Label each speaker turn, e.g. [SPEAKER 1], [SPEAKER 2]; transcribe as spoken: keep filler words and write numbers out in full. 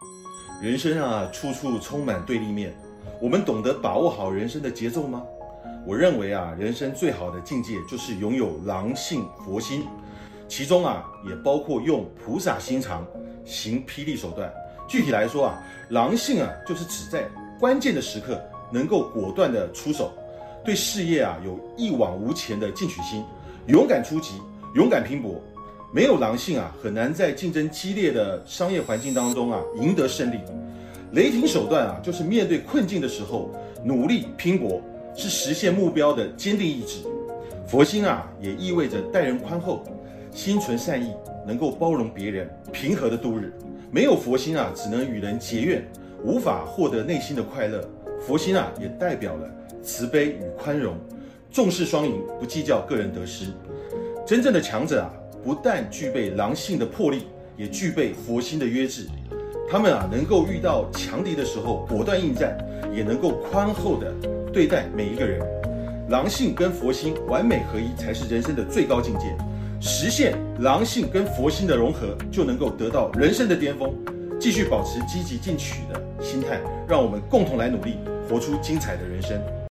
[SPEAKER 1] 人生啊，处处充满对立面，我们懂得把握好人生的节奏吗？我认为啊，人生最好的境界就是拥有狼性佛心，其中啊，也包括用菩萨心肠行霹雳手段。具体来说啊，狼性啊，就是指在关键的时刻能够果断的出手，对事业啊有一往无前的进取心，勇敢出击，勇敢拼搏。没有狼性啊，很难在竞争激烈的商业环境当中啊赢得胜利。雷霆手段啊，就是面对困境的时候努力拼搏，是实现目标的坚定意志。佛心啊，也意味着待人宽厚，心存善意，能够包容别人，平和的度日。没有佛心啊，只能与人结怨，无法获得内心的快乐。佛心啊，也代表了慈悲与宽容，重视双赢，不计较个人得失。真正的强者啊，不但具备狼性的魄力，也具备佛心的约制。他们啊，能够遇到强敌的时候果断应战，也能够宽厚的对待每一个人。狼性跟佛心完美合一，才是人生的最高境界。实现狼性跟佛心的融合，就能够得到人生的巅峰。继续保持积极进取的心态，让我们共同来努力，活出精彩的人生。